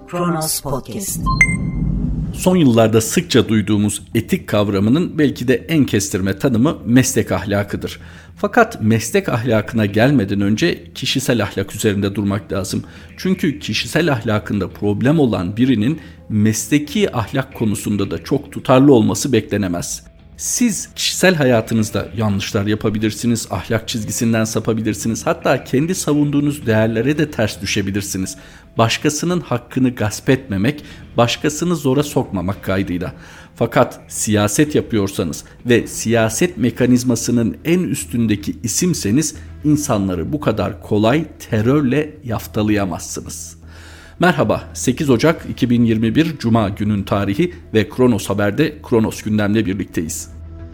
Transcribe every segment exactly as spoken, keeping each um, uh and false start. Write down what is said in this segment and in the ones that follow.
Kronos Podcast. Son yıllarda sıkça duyduğumuz etik kavramının belki de en kestirme tanımı meslek ahlakıdır. Fakat meslek ahlakına gelmeden önce kişisel ahlak üzerinde durmak lazım. Çünkü kişisel ahlakında problem olan birinin mesleki ahlak konusunda da çok tutarlı olması beklenemez. Siz kişisel hayatınızda yanlışlar yapabilirsiniz, ahlak çizgisinden sapabilirsiniz, hatta kendi savunduğunuz değerlere de ters düşebilirsiniz. Başkasının hakkını gasp etmemek, başkasını zora sokmamak kaydıyla. Fakat siyaset yapıyorsanız ve siyaset mekanizmasının en üstündeki isimseniz insanları bu kadar kolay terörle yaftalayamazsınız. Merhaba, sekiz Ocak iki bin yirmi bir Cuma günün tarihi ve Kronos Haber'de Kronos Gündem'le birlikteyiz.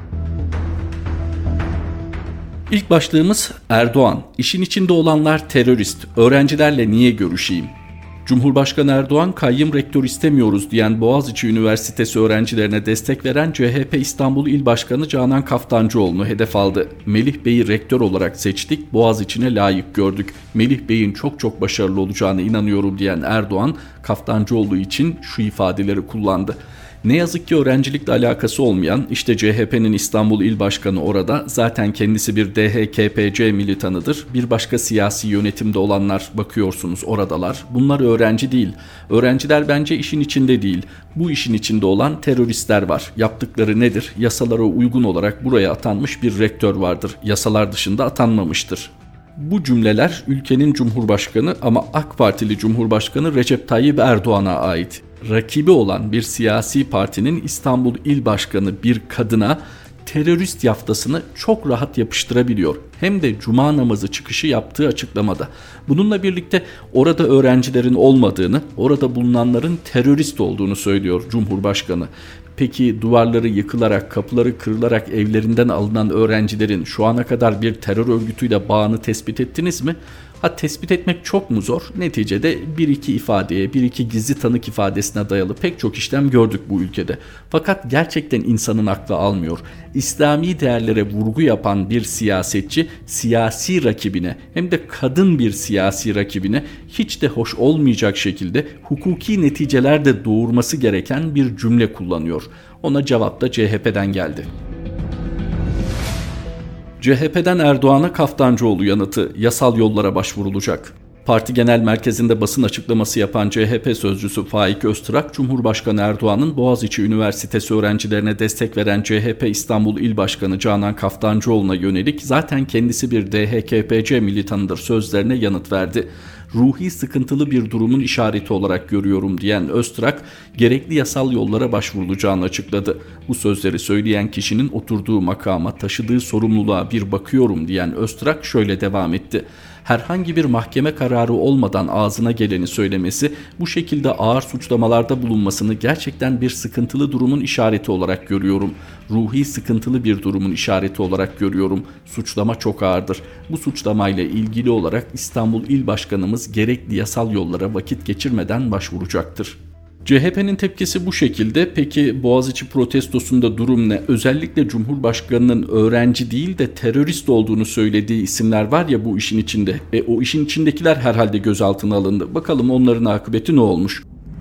İlk başlığımız Erdoğan. İşin içinde olanlar terörist. Öğrencilerle niye görüşeyim? Cumhurbaşkanı Erdoğan, kayyım rektör istemiyoruz diyen Boğaziçi Üniversitesi öğrencilerine destek veren C H P İstanbul İl Başkanı Canan Kaftancıoğlu'nu hedef aldı. Melih Bey'i rektör olarak seçtik, Boğaziçi'ne layık gördük. Melih Bey'in çok çok başarılı olacağına inanıyorum diyen Erdoğan, Kaftancıoğlu için şu ifadeleri kullandı. Ne yazık ki öğrencilikle alakası olmayan, işte C H P'nin İstanbul İl Başkanı orada, zaten kendisi bir D H K P C militanıdır. Bir başka siyasi yönetimde olanlar bakıyorsunuz oradalar. Bunlar öğrenci değil. Öğrenciler bence işin içinde değil. Bu işin içinde olan teröristler var. Yaptıkları nedir? Yasalara uygun olarak buraya atanmış bir rektör vardır. Yasalar dışında atanmamıştır. Bu cümleler ülkenin Cumhurbaşkanı ama AK Partili Cumhurbaşkanı Recep Tayyip Erdoğan'a ait. Rakibi olan bir siyasi partinin İstanbul İl Başkanı bir kadına terörist yaftasını çok rahat yapıştırabiliyor. Hem de cuma namazı çıkışı yaptığı açıklamada. Bununla birlikte orada öğrencilerin olmadığını, orada bulunanların terörist olduğunu söylüyor Cumhurbaşkanı. Peki duvarları yıkılarak, kapıları kırılarak evlerinden alınan öğrencilerin şu ana kadar bir terör örgütüyle bağını tespit ettiniz mi? Ha, tespit etmek çok mu zor? Neticede bir iki ifadeye, bir iki gizli tanık ifadesine dayalı pek çok işlem gördük bu ülkede. Fakat gerçekten insanın aklı almıyor. İslami değerlere vurgu yapan bir siyasetçi siyasi rakibine, hem de kadın bir siyasi rakibine hiç de hoş olmayacak şekilde hukuki neticeler de doğurması gereken bir cümle kullanıyor. Ona cevap da C H P'den geldi. C H P'den Erdoğan'a Kaftancıoğlu yanıtı: yasal yollara başvurulacak. Parti Genel Merkezi'nde basın açıklaması yapan C H P sözcüsü Faik Öztürk, Cumhurbaşkanı Erdoğan'ın Boğaziçi Üniversitesi öğrencilerine destek veren C H P İstanbul İl Başkanı Canan Kaftancıoğlu'na yönelik zaten kendisi bir D H K P C militanıdır sözlerine yanıt verdi. Ruhi sıkıntılı bir durumun işareti olarak görüyorum diyen Öztürk, gerekli yasal yollara başvurulacağını açıkladı. Bu sözleri söyleyen kişinin oturduğu makama, taşıdığı sorumluluğa bir bakıyorum diyen Öztürk şöyle devam etti. Herhangi bir mahkeme kararı olmadan ağzına geleni söylemesi, bu şekilde ağır suçlamalarda bulunmasını gerçekten bir sıkıntılı durumun işareti olarak görüyorum. Ruhi sıkıntılı bir durumun işareti olarak görüyorum. Suçlama çok ağırdır. Bu suçlamayla ilgili olarak İstanbul İl Başkanımız gerekli yasal yollara vakit geçirmeden başvuracaktır. C H P'nin tepkisi bu şekilde. Peki Boğaziçi protestosunda durum ne? Özellikle Cumhurbaşkanı'nın öğrenci değil de terörist olduğunu söylediği isimler var ya bu işin içinde. E, o işin içindekiler herhalde gözaltına alındı. Bakalım onların akıbeti ne olmuş?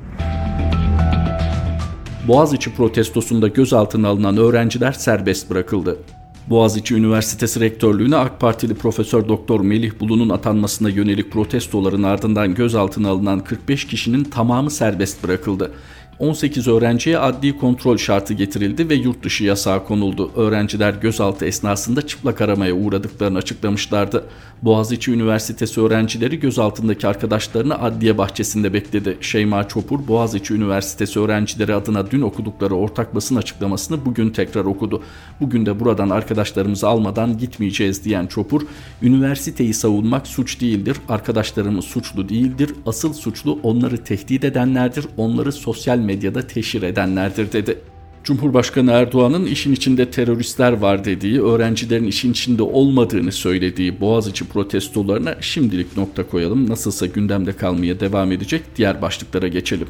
Boğaziçi protestosunda gözaltına alınan öğrenciler serbest bırakıldı. Boğaziçi Üniversitesi Rektörlüğüne AK Partili Profesör Doktor Melih Bulu'nun atanmasına yönelik protestoların ardından gözaltına alınan kırk beş kişinin tamamı serbest bırakıldı. on sekiz öğrenciye adli kontrol şartı getirildi ve yurt dışı yasağı konuldu. Öğrenciler gözaltı esnasında çıplak aramaya uğradıklarını açıklamışlardı. Boğaziçi Üniversitesi öğrencileri gözaltındaki arkadaşlarını adliye bahçesinde bekledi. Şeyma Çopur, Boğaziçi Üniversitesi öğrencileri adına dün okudukları ortak basın açıklamasını bugün tekrar okudu. Bugün de buradan arkadaşlarımızı almadan gitmeyeceğiz diyen Çopur, üniversiteyi savunmak suç değildir, arkadaşlarımız suçlu değildir, asıl suçlu onları tehdit edenlerdir, onları sosyal medyada teşhir edenlerdir dedi. Cumhurbaşkanı Erdoğan'ın işin içinde teröristler var dediği, öğrencilerin işin içinde olmadığını söylediği Boğaziçi protestolarına şimdilik nokta koyalım. Nasılsa gündemde kalmaya devam edecek diğer başlıklara geçelim.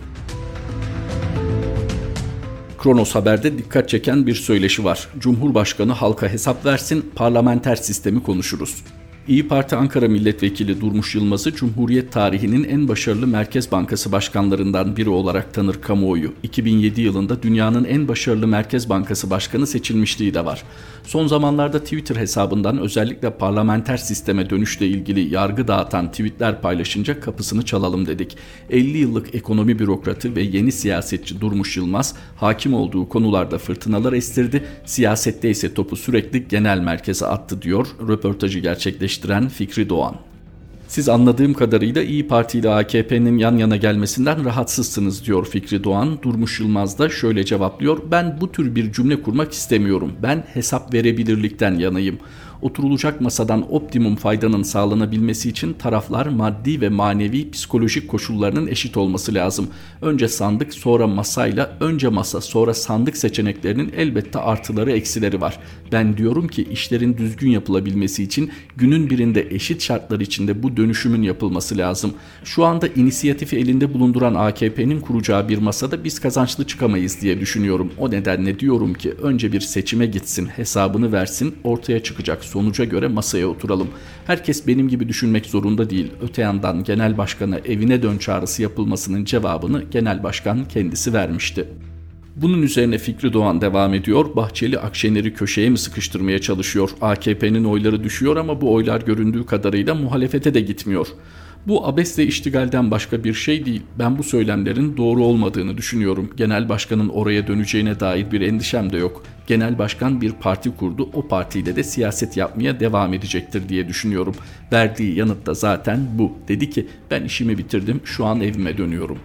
Kronos Haber'de dikkat çeken bir söyleşi var. Cumhurbaşkanı halka hesap versin, parlamenter sistemi konuşuruz. İyi Parti Ankara Milletvekili Durmuş Yılmaz'ı Cumhuriyet tarihinin en başarılı Merkez Bankası başkanlarından biri olarak tanır kamuoyu. iki bin yedi yılında dünyanın en başarılı Merkez Bankası başkanı seçilmişliği de var. Son zamanlarda Twitter hesabından özellikle parlamenter sisteme dönüşle ilgili yargı dağıtan tweetler paylaşınca kapısını çalalım dedik. elli yıllık ekonomi bürokratı ve yeni siyasetçi Durmuş Yılmaz hakim olduğu konularda fırtınalar estirdi, siyasette ise topu sürekli genel merkeze attı diyor röportajı gerçekleştiren Fikri Doğan. Siz anladığım kadarıyla İyi Parti ile A K P'nin yan yana gelmesinden rahatsızsınız diyor Fikri Doğan. Durmuş Yılmaz da şöyle cevaplıyor: ben bu tür bir cümle kurmak istemiyorum. Ben hesap verebilirlikten yanayım. Oturulacak masadan optimum faydanın sağlanabilmesi için taraflar maddi ve manevi psikolojik koşullarının eşit olması lazım. Önce sandık sonra masayla, önce masa sonra sandık seçeneklerinin elbette artıları eksileri var. Ben diyorum ki işlerin düzgün yapılabilmesi için günün birinde eşit şartlar içinde bu dönüşümün yapılması lazım. Şu anda inisiyatifi elinde bulunduran A K P'nin kuracağı bir masada biz kazançlı çıkamayız diye düşünüyorum. O nedenle diyorum ki önce bir seçime gitsin, hesabını versin, ortaya çıkacak sonuca göre masaya oturalım. Herkes benim gibi düşünmek zorunda değil. Öte yandan genel başkana evine dön çağrısı yapılmasının cevabını genel başkan kendisi vermişti. Bunun üzerine Fikri Doğan devam ediyor. Bahçeli Akşener'i köşeye mi sıkıştırmaya çalışıyor? A K P'nin oyları düşüyor ama bu oylar göründüğü kadarıyla muhalefete de gitmiyor. Bu abesle iştigalden başka bir şey değil. Ben bu söylemlerin doğru olmadığını düşünüyorum. Genel başkanın oraya döneceğine dair bir endişem de yok. Genel başkan bir parti kurdu. O partiyle de siyaset yapmaya devam edecektir diye düşünüyorum. Verdiği yanıt da zaten bu. Dedi ki ben işimi bitirdim, şu an evime dönüyorum.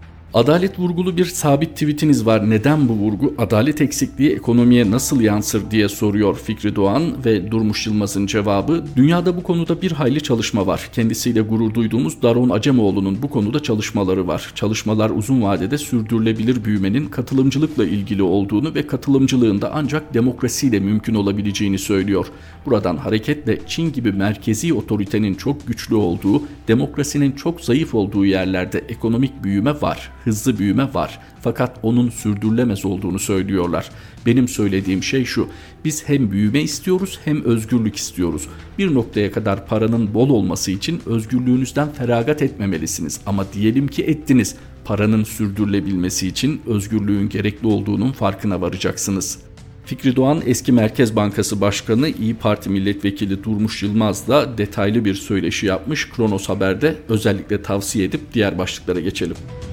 Adalet vurgulu bir sabit tweetiniz var. Neden bu vurgu? Adalet eksikliği ekonomiye nasıl yansır diye soruyor Fikri Doğan ve Durmuş Yılmaz'ın cevabı: dünyada bu konuda bir hayli çalışma var. Kendisiyle gurur duyduğumuz Daron Acemoğlu'nun bu konuda çalışmaları var. Çalışmalar uzun vadede sürdürülebilir büyümenin katılımcılıkla ilgili olduğunu ve katılımcılığın da ancak demokrasiyle mümkün olabileceğini söylüyor. Buradan hareketle Çin gibi merkezi otoritenin çok güçlü olduğu, demokrasinin çok zayıf olduğu yerlerde ekonomik büyüme var. Hızlı büyüme var. Fakat onun sürdürülemez olduğunu söylüyorlar. Benim söylediğim şey şu: biz hem büyüme istiyoruz hem özgürlük istiyoruz. Bir noktaya kadar paranın bol olması için özgürlüğünüzden feragat etmemelisiniz. Ama diyelim ki ettiniz. Paranın sürdürülebilmesi için özgürlüğün gerekli olduğunun farkına varacaksınız. Fikri Doğan, eski Merkez Bankası Başkanı İyi Parti Milletvekili Durmuş Yılmaz'la detaylı bir söyleşi yapmış. Kronos Haber'de özellikle tavsiye edip diğer başlıklara geçelim.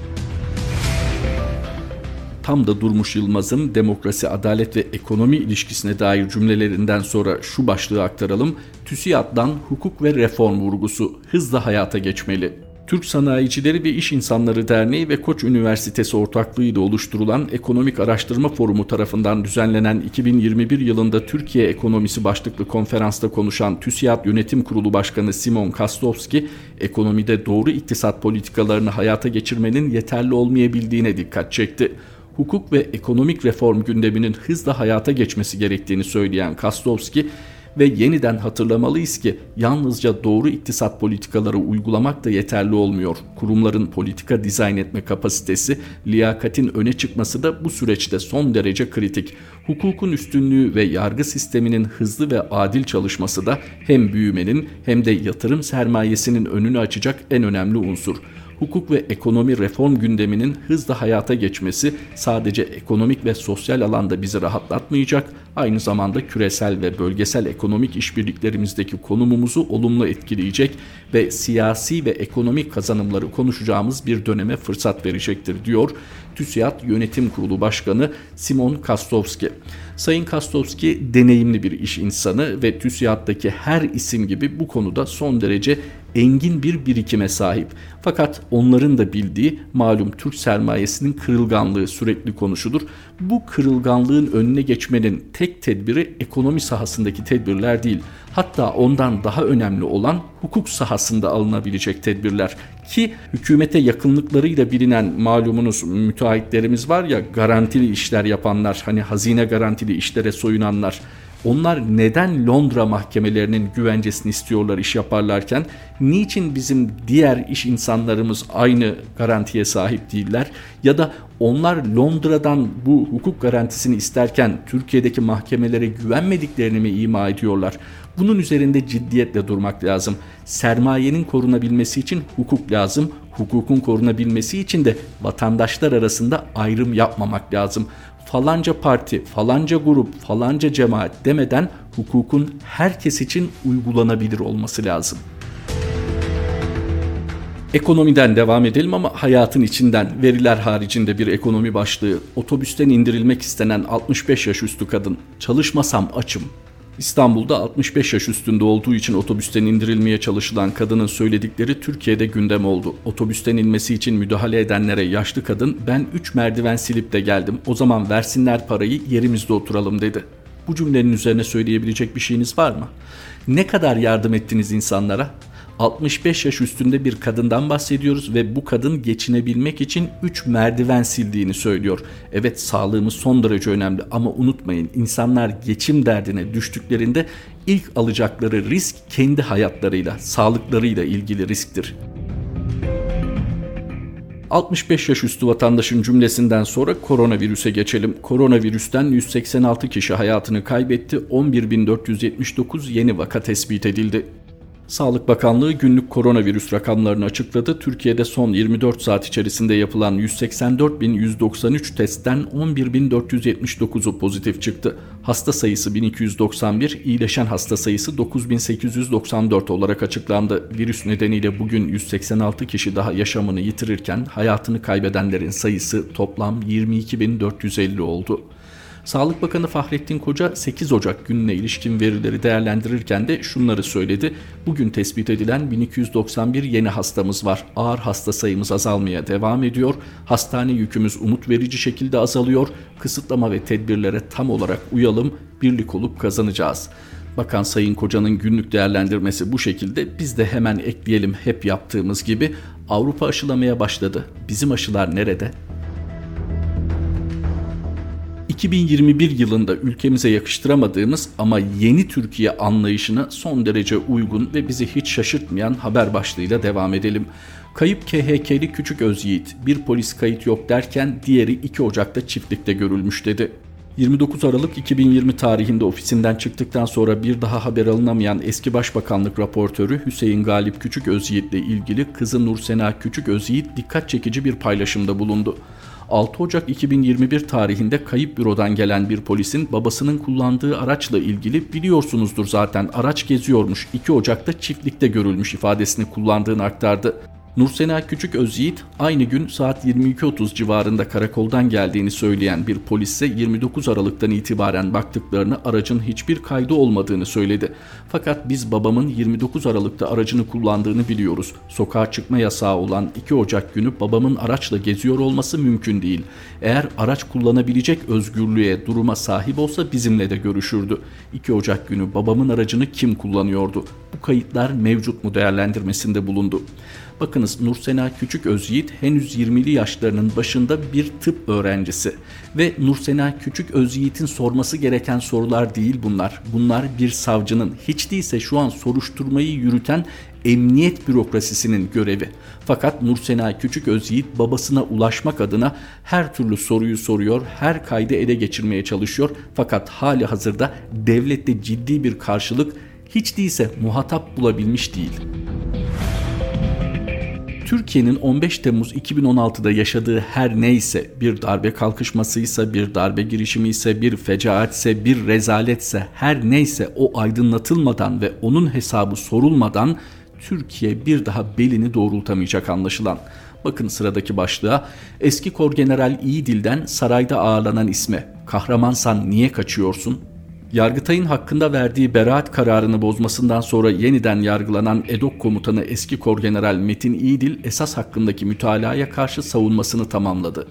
Tam da Durmuş Yılmaz'ın demokrasi, adalet ve ekonomi ilişkisine dair cümlelerinden sonra şu başlığı aktaralım. TÜSİAD'dan hukuk ve reform vurgusu hızla hayata geçmeli. Türk Sanayicileri ve İş İnsanları Derneği ve Koç Üniversitesi ortaklığıyla oluşturulan Ekonomik Araştırma Forumu tarafından düzenlenen iki bin yirmi bir yılında Türkiye Ekonomisi başlıklı konferansta konuşan TÜSİAD Yönetim Kurulu Başkanı Simon Kastovski, ekonomide doğru iktisat politikalarını hayata geçirmenin yeterli olmayabildiğine dikkat çekti. Hukuk ve ekonomik reform gündeminin hızla hayata geçmesi gerektiğini söyleyen Kastovski ve yeniden hatırlamalıyız ki yalnızca doğru iktisat politikaları uygulamak da yeterli olmuyor. Kurumların politika dizayn etme kapasitesi, liyakatin öne çıkması da bu süreçte son derece kritik. Hukukun üstünlüğü ve yargı sisteminin hızlı ve adil çalışması da hem büyümenin hem de yatırım sermayesinin önünü açacak en önemli unsur. Hukuk ve ekonomi reform gündeminin hızla hayata geçmesi sadece ekonomik ve sosyal alanda bizi rahatlatmayacak, aynı zamanda küresel ve bölgesel ekonomik işbirliklerimizdeki konumumuzu olumlu etkileyecek ve siyasi ve ekonomik kazanımları konuşacağımız bir döneme fırsat verecektir diyor TÜSİAD Yönetim Kurulu Başkanı Simon Kastovski. Sayın Kastovski deneyimli bir iş insanı ve TÜSİAD'daki her isim gibi bu konuda son derece engin bir birikime sahip. Fakat onların da bildiği malum Türk sermayesinin kırılganlığı sürekli konuşulur. Bu kırılganlığın önüne geçmenin tek tedbiri ekonomi sahasındaki tedbirler değil. Hatta ondan daha önemli olan hukuk sahasında alınabilecek tedbirler. Ki hükümete yakınlıklarıyla bilinen malumunuz müteahhitlerimiz var ya, garantili işler yapanlar, hani hazine garantili işlere soyunanlar. Onlar neden Londra mahkemelerinin güvencesini istiyorlar iş yaparlarken, niçin bizim diğer iş insanlarımız aynı garantiye sahip değiller? Ya da onlar Londra'dan bu hukuk garantisini isterken Türkiye'deki mahkemelere güvenmediklerini mi ima ediyorlar? Bunun üzerinde ciddiyetle durmak lazım. Sermayenin korunabilmesi için hukuk lazım. Hukukun korunabilmesi için de vatandaşlar arasında ayrım yapmamak lazım. Falanca parti, falanca grup, falanca cemaat demeden hukukun herkes için uygulanabilir olması lazım. Ekonomiden devam edelim ama hayatın içinden, veriler haricinde bir ekonomi başlığı. Otobüsten indirilmek istenen altmış beş yaş üstü kadın. Çalışmasam açım. İstanbul'da altmış beş yaş üstünde olduğu için otobüsten indirilmeye çalışılan kadının söyledikleri Türkiye'de gündem oldu. Otobüsten inmesi için müdahale edenlere yaşlı kadın, ben üç merdiven silip de geldim, o zaman versinler parayı, yerimizde oturalım dedi. Bu cümlenin üzerine söyleyebilecek bir şeyiniz var mı? Ne kadar yardım ettiniz insanlara? altmış beş yaş üstünde bir kadından bahsediyoruz ve bu kadın geçinebilmek için üç merdiven sildiğini söylüyor. Evet, sağlığımız son derece önemli ama unutmayın, insanlar geçim derdine düştüklerinde ilk alacakları risk kendi hayatlarıyla, sağlıklarıyla ilgili risktir. altmış beş yaş üstü vatandaşın cümlesinden sonra koronavirüse geçelim. Koronavirüsten yüz seksen altı kişi hayatını kaybetti, on bir bin dört yüz yetmiş dokuz yeni vaka tespit edildi. Sağlık Bakanlığı günlük koronavirüs rakamlarını açıkladı. Türkiye'de son yirmi dört saat içerisinde yapılan yüz seksen dört bin yüz doksan üç testten on bir bin dört yüz yetmiş dokuzu pozitif çıktı. Hasta sayısı bin iki yüz doksan bir, iyileşen hasta sayısı dokuz bin sekiz yüz doksan dört olarak açıklandı. Virüs nedeniyle bugün yüz seksen altı kişi daha yaşamını yitirirken hayatını kaybedenlerin sayısı toplam yirmi iki bin dört yüz elli oldu. Sağlık Bakanı Fahrettin Koca sekiz Ocak gününe ilişkin verileri değerlendirirken de şunları söyledi. Bugün tespit edilen bin iki yüz doksan bir yeni hastamız var. Ağır hasta sayımız azalmaya devam ediyor. Hastane yükümüz umut verici şekilde azalıyor. Kısıtlama ve tedbirlere tam olarak uyalım, birlik olup kazanacağız. Bakan Sayın Koca'nın günlük değerlendirmesi bu şekilde. Biz de hemen ekleyelim, hep yaptığımız gibi Avrupa aşılamaya başladı. Bizim aşılar nerede? iki bin yirmi bir yılında ülkemize yakıştıramadığımız ama yeni Türkiye anlayışına son derece uygun ve bizi hiç şaşırtmayan haber başlığıyla devam edelim. Kayıp K H K'li Küçük Özyiğit, bir polis kayıt yok derken diğeri iki Ocak'ta çiftlikte görülmüş dedi. yirmi dokuz Aralık iki bin yirmi tarihinde ofisinden çıktıktan sonra bir daha haber alınamayan eski Başbakanlık raportörü Hüseyin Galip Küçük Özyiğit'le ilgili kızı Nursena Küçük Özyiğit dikkat çekici bir paylaşımda bulundu. altı Ocak iki bin yirmi bir tarihinde kayıp bürodan gelen bir polisin babasının kullandığı araçla ilgili biliyorsunuzdur zaten araç geziyormuş, iki Ocak'ta çiftlikte görülmüş ifadesini kullandığını aktardı. Nursena Küçük Özyiğit aynı gün saat yirmi iki otuz civarında karakoldan geldiğini söyleyen bir polise yirmi dokuz Aralık'tan itibaren baktıklarını, aracın hiçbir kaydı olmadığını söyledi. Fakat biz babamın yirmi dokuz Aralık'ta aracını kullandığını biliyoruz. Sokağa çıkma yasağı olan iki Ocak günü babamın araçla geziyor olması mümkün değil. Eğer araç kullanabilecek özgürlüğe, duruma sahip olsa bizimle de görüşürdü. iki Ocak günü babamın aracını kim kullanıyordu? Bu kayıtlar mevcut mu değerlendirmesinde bulundu. Bakınız, Nursena Küçük Özyiğit henüz yirmili yaşlarının başında bir tıp öğrencisi ve Nursena Küçük Özyiğit'in sorması gereken sorular değil bunlar. Bunlar bir savcının, hiç değilse şu an soruşturmayı yürüten emniyet bürokrasisinin görevi. Fakat Nursena Küçük Özyiğit babasına ulaşmak adına her türlü soruyu soruyor, her kaydı ele geçirmeye çalışıyor. Fakat hali hazırda devlette ciddi bir karşılık, hiç değilse muhatap bulabilmiş değil. Türkiye'nin on beş Temmuz iki bin on altıda yaşadığı her neyse, bir darbe kalkışmasıysa, bir darbe girişimi ise, bir fecaatse, bir rezaletse, her neyse o aydınlatılmadan ve onun hesabı sorulmadan Türkiye bir daha belini doğrultamayacak anlaşılan. Bakın sıradaki başlığa, eski Korgeneral İyidil'den sarayda ağırlanan isme, kahramansan niye kaçıyorsun? Yargıtay'ın hakkında verdiği beraat kararını bozmasından sonra yeniden yargılanan EDOK komutanı eski Korgeneral Metin İyidil esas hakkındaki mütalaya karşı savunmasını tamamladı.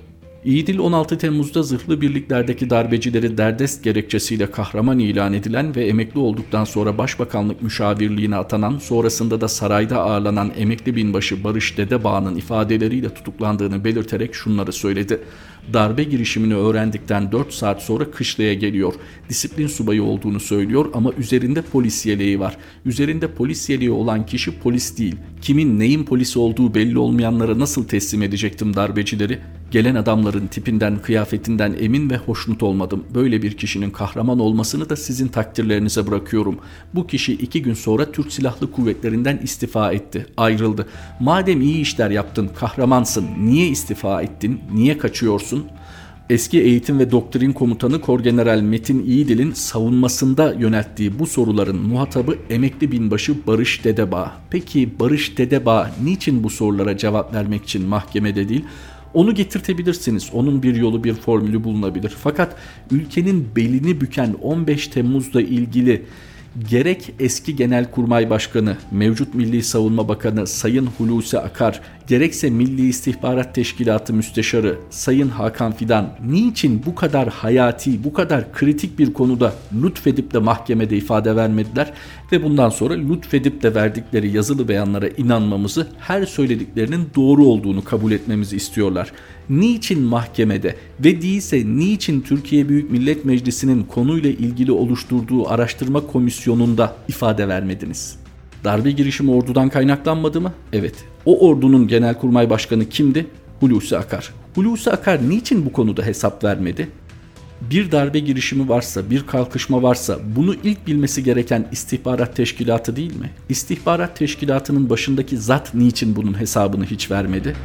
İdil on altı Temmuz'da zırhlı birliklerdeki darbecileri derdest gerekçesiyle kahraman ilan edilen ve emekli olduktan sonra Başbakanlık müşavirliğine atanan, sonrasında da sarayda ağırlanan emekli binbaşı Barış Dedebağ'ın ifadeleriyle tutuklandığını belirterek şunları söyledi. Darbe girişimini öğrendikten dört saat sonra kışlaya geliyor. Disiplin subayı olduğunu söylüyor ama üzerinde polis yeleği var. Üzerinde polis yeleği olan kişi polis değil. Kimin neyin polisi olduğu belli olmayanlara nasıl teslim edecektim darbecileri? Gelen adamların tipinden, kıyafetinden emin ve hoşnut olmadım. Böyle bir kişinin kahraman olmasını da sizin takdirlerinize bırakıyorum. Bu kişi iki gün sonra Türk Silahlı Kuvvetleri'nden istifa etti, ayrıldı. Madem iyi işler yaptın, kahramansın, niye istifa ettin, niye kaçıyorsun? Eski Eğitim ve Doktrin Komutanı Korgeneral Metin İyidil'in savunmasında yönelttiği bu soruların muhatabı emekli binbaşı Barış Dedebağ. Peki Barış Dedebağ niçin bu sorulara cevap vermek için mahkemede değil? Onu getirtebilirsiniz. Onun bir yolu, bir formülü bulunabilir. Fakat ülkenin belini büken on beş Temmuz'la ilgili gerek eski Genelkurmay Başkanı, mevcut Milli Savunma Bakanı Sayın Hulusi Akar, gerekse Milli İstihbarat Teşkilatı Müsteşarı Sayın Hakan Fidan niçin bu kadar hayati, bu kadar kritik bir konuda lütfedip de mahkemede ifade vermediler ve bundan sonra lütfedip de verdikleri yazılı beyanlara inanmamızı, her söylediklerinin doğru olduğunu kabul etmemizi istiyorlar. Niçin mahkemede ve değilse niçin Türkiye Büyük Millet Meclisi'nin konuyla ilgili oluşturduğu araştırma komisyonunda ifade vermediniz? Darbe girişimi ordudan kaynaklanmadı mı? Evet. O ordunun Genelkurmay Başkanı kimdi? Hulusi Akar. Hulusi Akar niçin bu konuda hesap vermedi? Bir darbe girişimi varsa, bir kalkışma varsa bunu ilk bilmesi gereken istihbarat teşkilatı değil mi? İstihbarat teşkilatının başındaki zat niçin bunun hesabını hiç vermedi?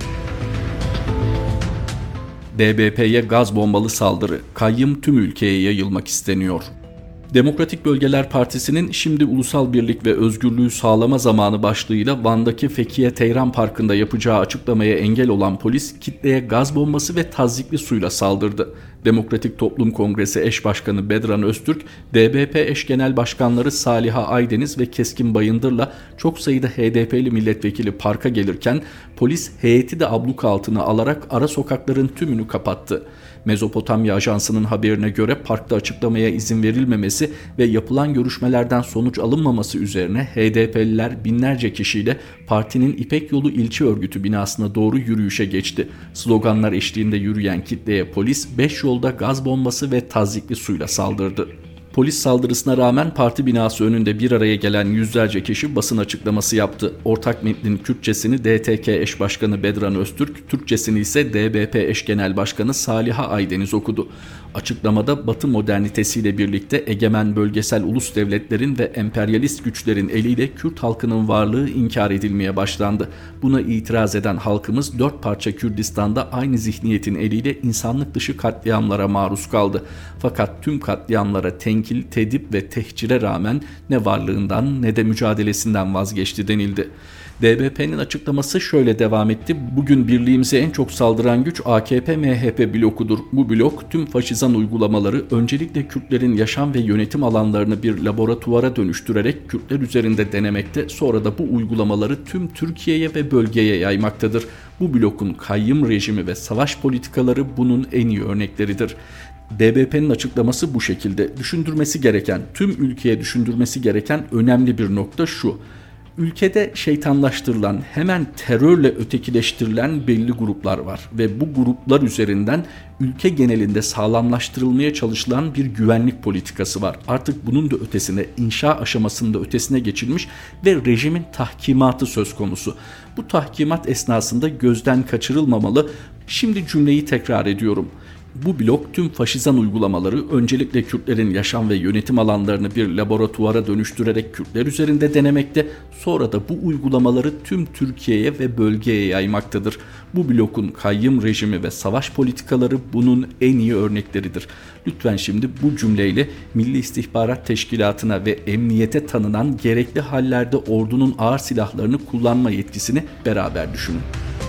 D B P'ye gaz bombalı saldırı, kayyım tüm ülkeye yayılmak isteniyor. Demokratik Bölgeler Partisi'nin şimdi Ulusal Birlik ve Özgürlüğü Sağlama Zamanı başlığıyla Van'daki Fekhiye Teyran Parkı'nda yapacağı açıklamaya engel olan polis kitleye gaz bombası ve tazyikli suyla saldırdı. Demokratik Toplum Kongresi eş başkanı Bedran Öztürk, D B P eş genel başkanları Saliha Aydeniz ve Keskin Bayındır'la çok sayıda H D P'li milletvekili parka gelirken polis heyeti de abluka altına alarak ara sokakların tümünü kapattı. Mezopotamya Ajansı'nın haberine göre parkta açıklamaya izin verilmemesi ve yapılan görüşmelerden sonuç alınmaması üzerine H D P'liler binlerce kişiyle partinin İpek Yolu İlçe Örgütü binasına doğru yürüyüşe geçti. Sloganlar eşliğinde yürüyen kitleye polis beş yolda gaz bombası ve tazyikli suyla saldırdı. Polis saldırısına rağmen parti binası önünde bir araya gelen yüzlerce kişi basın açıklaması yaptı. Ortak metnin Kürtçesini D T K eş başkanı Bedran Öztürk, Türkçesini ise D B P eş genel başkanı Saliha Aydeniz okudu. Açıklamada Batı modernitesiyle birlikte egemen bölgesel ulus devletlerin ve emperyalist güçlerin eliyle Kürt halkının varlığı inkar edilmeye başlandı. Buna itiraz eden halkımız dört parça Kürdistan'da aynı zihniyetin eliyle insanlık dışı katliamlara maruz kaldı. Fakat tüm katliamlara tenkil, tedip ve tehcire rağmen ne varlığından ne de mücadelesinden vazgeçti denildi. D B P'nin açıklaması şöyle devam etti. Bugün birliğimize en çok saldıran güç A K P M H P blokudur. Bu blok tüm faşizan uygulamaları öncelikle Kürtlerin yaşam ve yönetim alanlarını bir laboratuvara dönüştürerek Kürtler üzerinde denemekte, sonra da bu uygulamaları tüm Türkiye'ye ve bölgeye yaymaktadır. Bu blokun kayyım rejimi ve savaş politikaları bunun en iyi örnekleridir. D B P'nin açıklaması bu şekilde. Düşündürmesi gereken, tüm ülkeye düşündürmesi gereken önemli bir nokta şu: ülkede şeytanlaştırılan, hemen terörle ötekileştirilen belli gruplar var ve bu gruplar üzerinden ülke genelinde sağlamlaştırılmaya çalışılan bir güvenlik politikası var. Artık bunun da ötesine, inşa aşamasında ötesine geçilmiş ve rejimin tahkimatı söz konusu. Bu tahkimat esnasında gözden kaçırılmamalı. Şimdi cümleyi tekrar ediyorum. Bu blok tüm faşizan uygulamaları öncelikle Kürtlerin yaşam ve yönetim alanlarını bir laboratuvara dönüştürerek Kürtler üzerinde denemekte, sonra da bu uygulamaları tüm Türkiye'ye ve bölgeye yaymaktadır. Bu blokun kayyım rejimi ve savaş politikaları bunun en iyi örnekleridir. Lütfen şimdi bu cümleyle Milli İstihbarat Teşkilatı'na ve emniyete tanınan gerekli hallerde ordunun ağır silahlarını kullanma yetkisini beraber düşünün.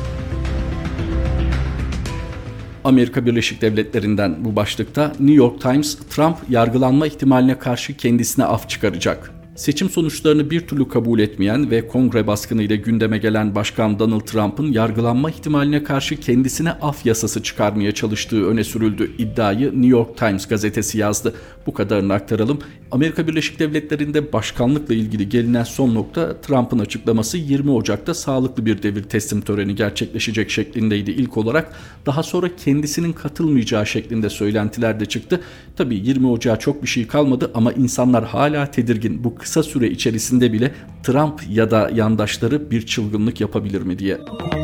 Amerika Birleşik Devletleri'nden bu başlıkta New York Times, Trump yargılanma ihtimaline karşı kendisine af çıkaracak. Seçim sonuçlarını bir türlü kabul etmeyen ve kongre baskınıyla gündeme gelen Başkan Donald Trump'ın yargılanma ihtimaline karşı kendisine af yasası çıkarmaya çalıştığı öne sürüldü. İddiayı New York Times gazetesi yazdı. Bu kadarını aktaralım. Amerika Birleşik Devletleri'nde başkanlıkla ilgili gelinen son nokta Trump'ın açıklaması yirmi Ocak'ta sağlıklı bir devir teslim töreni gerçekleşecek şeklindeydi ilk olarak. Daha sonra kendisinin katılmayacağı şeklinde söylentiler de çıktı. Tabii yirmi Ocak'a çok bir şey kalmadı ama insanlar hala tedirgin. Bu kısa süre içerisinde bile Trump ya da yandaşları bir çılgınlık yapabilir mi diye.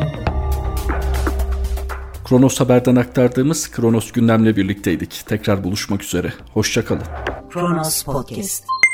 Kronos Haber'den aktardığımız Kronos gündemle birlikteydik. Tekrar buluşmak üzere. Hoşça kalın. Kronos Podcast.